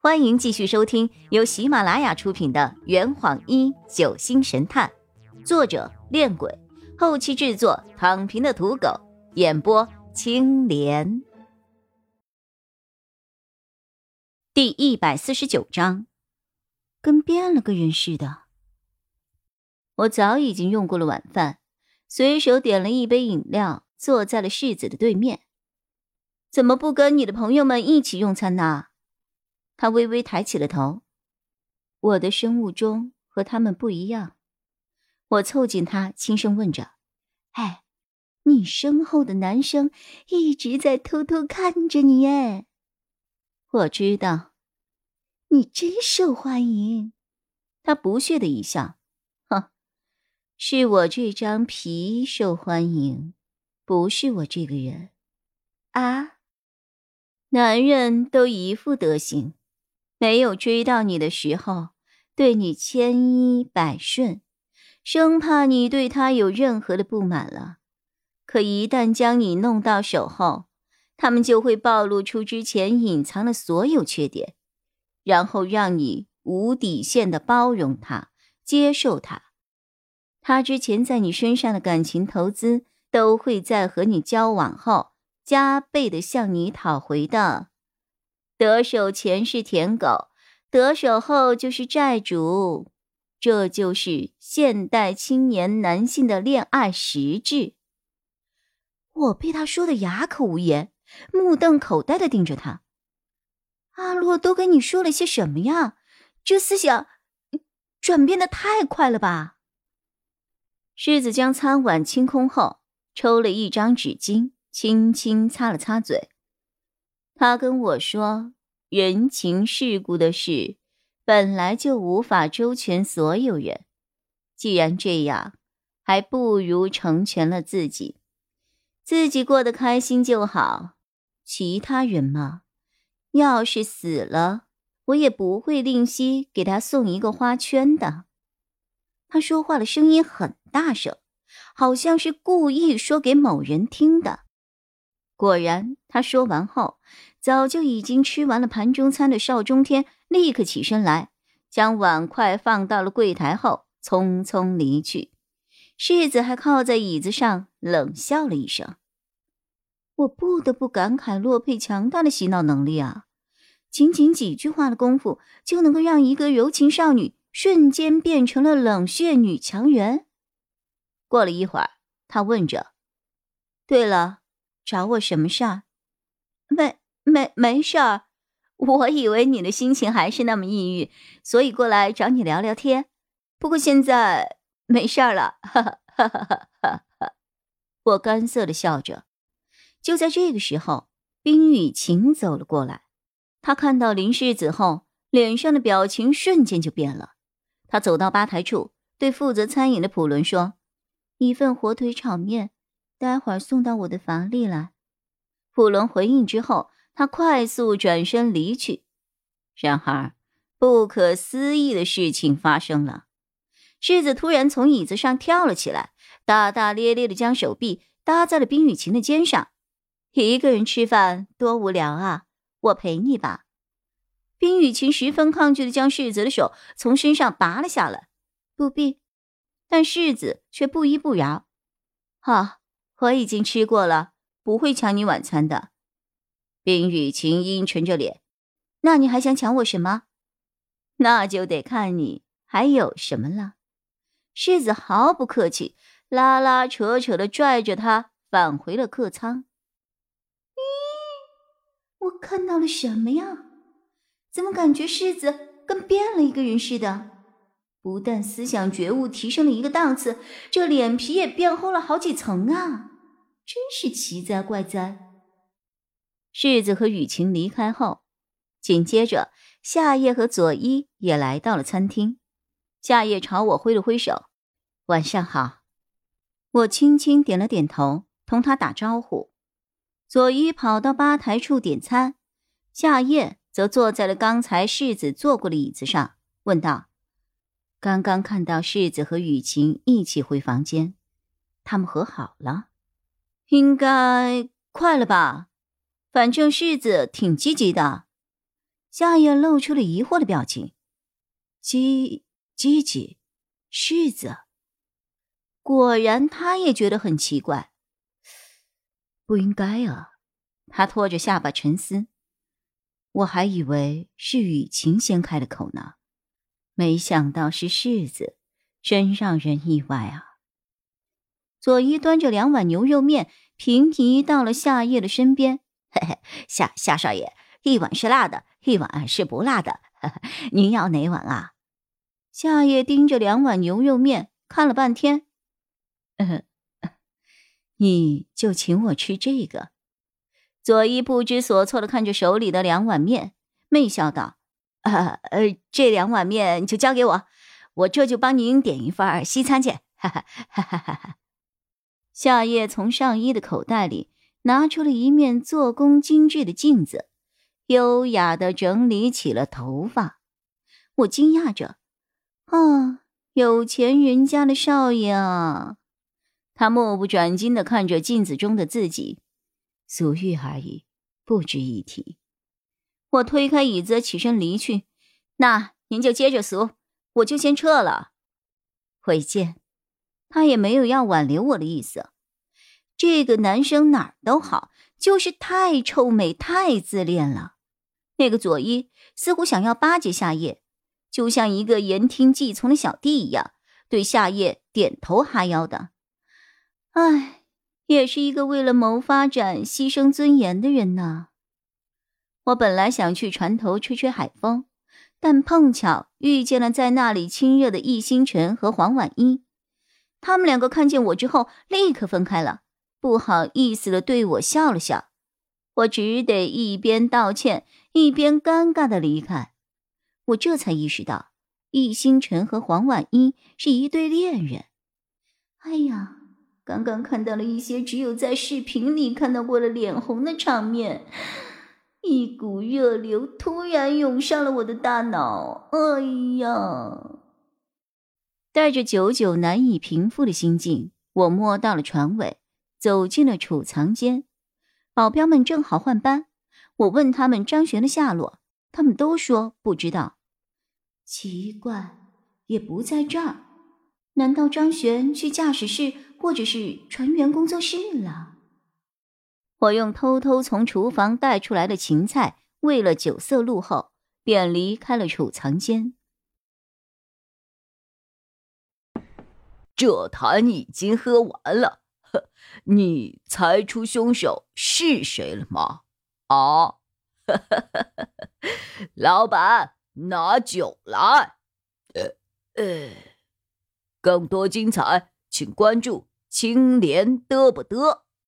欢迎继续收听由喜马拉雅出品的《圆谎一九星神探》，作者恋鬼，后期制作躺平的土狗，演播青莲。第149章，跟变了个人似的。我早已经用过了晚饭，随手点了一杯饮料，坐在了世子的对面。怎么不跟你的朋友们一起用餐呢？他微微抬起了头。我的生物钟和他们不一样。我凑近他，轻声问着：哎，你身后的男生一直在偷偷看着你耶。我知道。你真受欢迎。他不屑的一笑。哼，是我这张皮受欢迎，不是我这个人。啊？男人都一副德行，没有追到你的时候，对你千依百顺，生怕你对他有任何的不满了。可一旦将你弄到手后，他们就会暴露出之前隐藏的所有缺点，然后让你无底线的包容他，接受他。他之前在你身上的感情投资，都会在和你交往后加倍的向你讨回的。得手前是舔狗，得手后就是债主，这就是现代青年男性的恋爱实质。我被他说的哑口无言，目瞪口呆地盯着他。阿洛都跟你说了些什么呀？这思想转变得太快了吧？世子将餐碗清空后，抽了一张纸巾，轻轻擦了擦嘴。他跟我说，人情世故的事本来就无法周全所有人，既然这样，还不如成全了自己，自己过得开心就好。其他人嘛，要是死了，我也不会吝惜给他送一个花圈的。他说话的声音很大声，好像是故意说给某人听的。果然，他说完后，早就已经吃完了盘中餐的邵中天立刻起身来，将碗筷放到了柜台后，匆匆离去。世子还靠在椅子上冷笑了一声。我不得不感慨洛佩强大的洗脑能力啊，仅仅几句话的功夫，就能够让一个柔情少女瞬间变成了冷血女强人。过了一会儿，他问着：对了，找我什么事儿？没事儿，我以为你的心情还是那么抑郁，所以过来找你聊聊天。不过现在没事儿了，哈哈哈哈哈哈。我干涩地笑着。就在这个时候，冰雨晴走了过来。他看到林世子后，脸上的表情瞬间就变了。他走到吧台处，对负责餐饮的普伦说：一份火腿炒面，待会儿送到我的房里来。普伦回应之后，他快速转身离去。然而，不可思议的事情发生了。世子突然从椅子上跳了起来，大大咧咧地将手臂搭在了冰雨晴的肩上。一个人吃饭多无聊啊，我陪你吧。冰雨晴十分抗拒地将世子的手从身上拔了下来。不必。但世子却不依不饶。好，我已经吃过了，不会抢你晚餐的。冰雨晴阴沉着脸。那你还想抢我什么？那就得看你还有什么了。世子毫不客气，拉拉扯扯地拽着他返回了客舱。我看到了什么呀？怎么感觉世子跟变了一个人似的？不但思想觉悟提升了一个档次，这脸皮也变厚了好几层啊！真是奇哉怪哉。世子和雨晴离开后，紧接着夏夜和佐伊也来到了餐厅。夏夜朝我挥了挥手：晚上好。我轻轻点了点头，同他打招呼。佐伊跑到吧台处点餐，夏夜则坐在了刚才世子坐过的椅子上，问道：刚刚看到世子和雨晴一起回房间，他们和好了？应该快了吧，反正世子挺积极的。 夏夜露出了疑惑的表情。鸡鸡，柿子。果然他也觉得很奇怪。不应该啊，他拖着下巴沉思。我还以为是雨晴先开了口呢，没想到是柿子，真让人意外啊。佐伊端着2碗牛肉面平移到了夏夜的身边。嘿嘿，夏少爷，1碗是辣的，1碗是不辣的，您要哪碗啊？夏夜盯着2碗牛肉面看了半天。你就请我吃这个。佐伊不知所措地看着手里的2碗面，媚笑道：这2碗面就交给我，我这就帮您点一份西餐去。哈哈哈哈哈哈。夏夜从上衣的口袋里拿出了一面做工精致的镜子，优雅地整理起了头发。我惊讶着，有钱人家的少爷啊。他目不转睛地看着镜子中的自己，俗玉而已，不值一提。我推开椅子起身离去，那您就接着俗，我就先撤了。回见。他也没有要挽留我的意思。这个男生哪儿都好，就是太臭美太自恋了。那个佐伊似乎想要巴结夏夜，就像一个言听计从的小弟一样，对夏夜点头哈腰的。也是一个为了谋发展牺牲尊严的人呢。我本来想去船头吹吹海风，但碰巧遇见了在那里亲热的易星辰和黄婉一。他们2个看见我之后立刻分开了，不好意思地对我笑了笑。我只得一边道歉一边尴尬地离开。我这才意识到易星辰和黄婉一是一对恋人。刚刚看到了一些只有在视频里看到过的脸红的场面，一股热流突然涌上了我的大脑。带着久久难以平复的心境，我摸到了船尾，走进了储藏间。保镖们正好换班，我问他们张璇的下落，他们都说不知道。奇怪，也不在这儿。难道张璇去驾驶室或者是船员工作室了？我用偷偷从厨房带出来的芹菜喂了酒色露后，便离开了储藏间。 这坛已经喝完了，你猜出凶手是谁了吗？老板，拿酒来。更多精彩，请关注青莲嘚不嘚。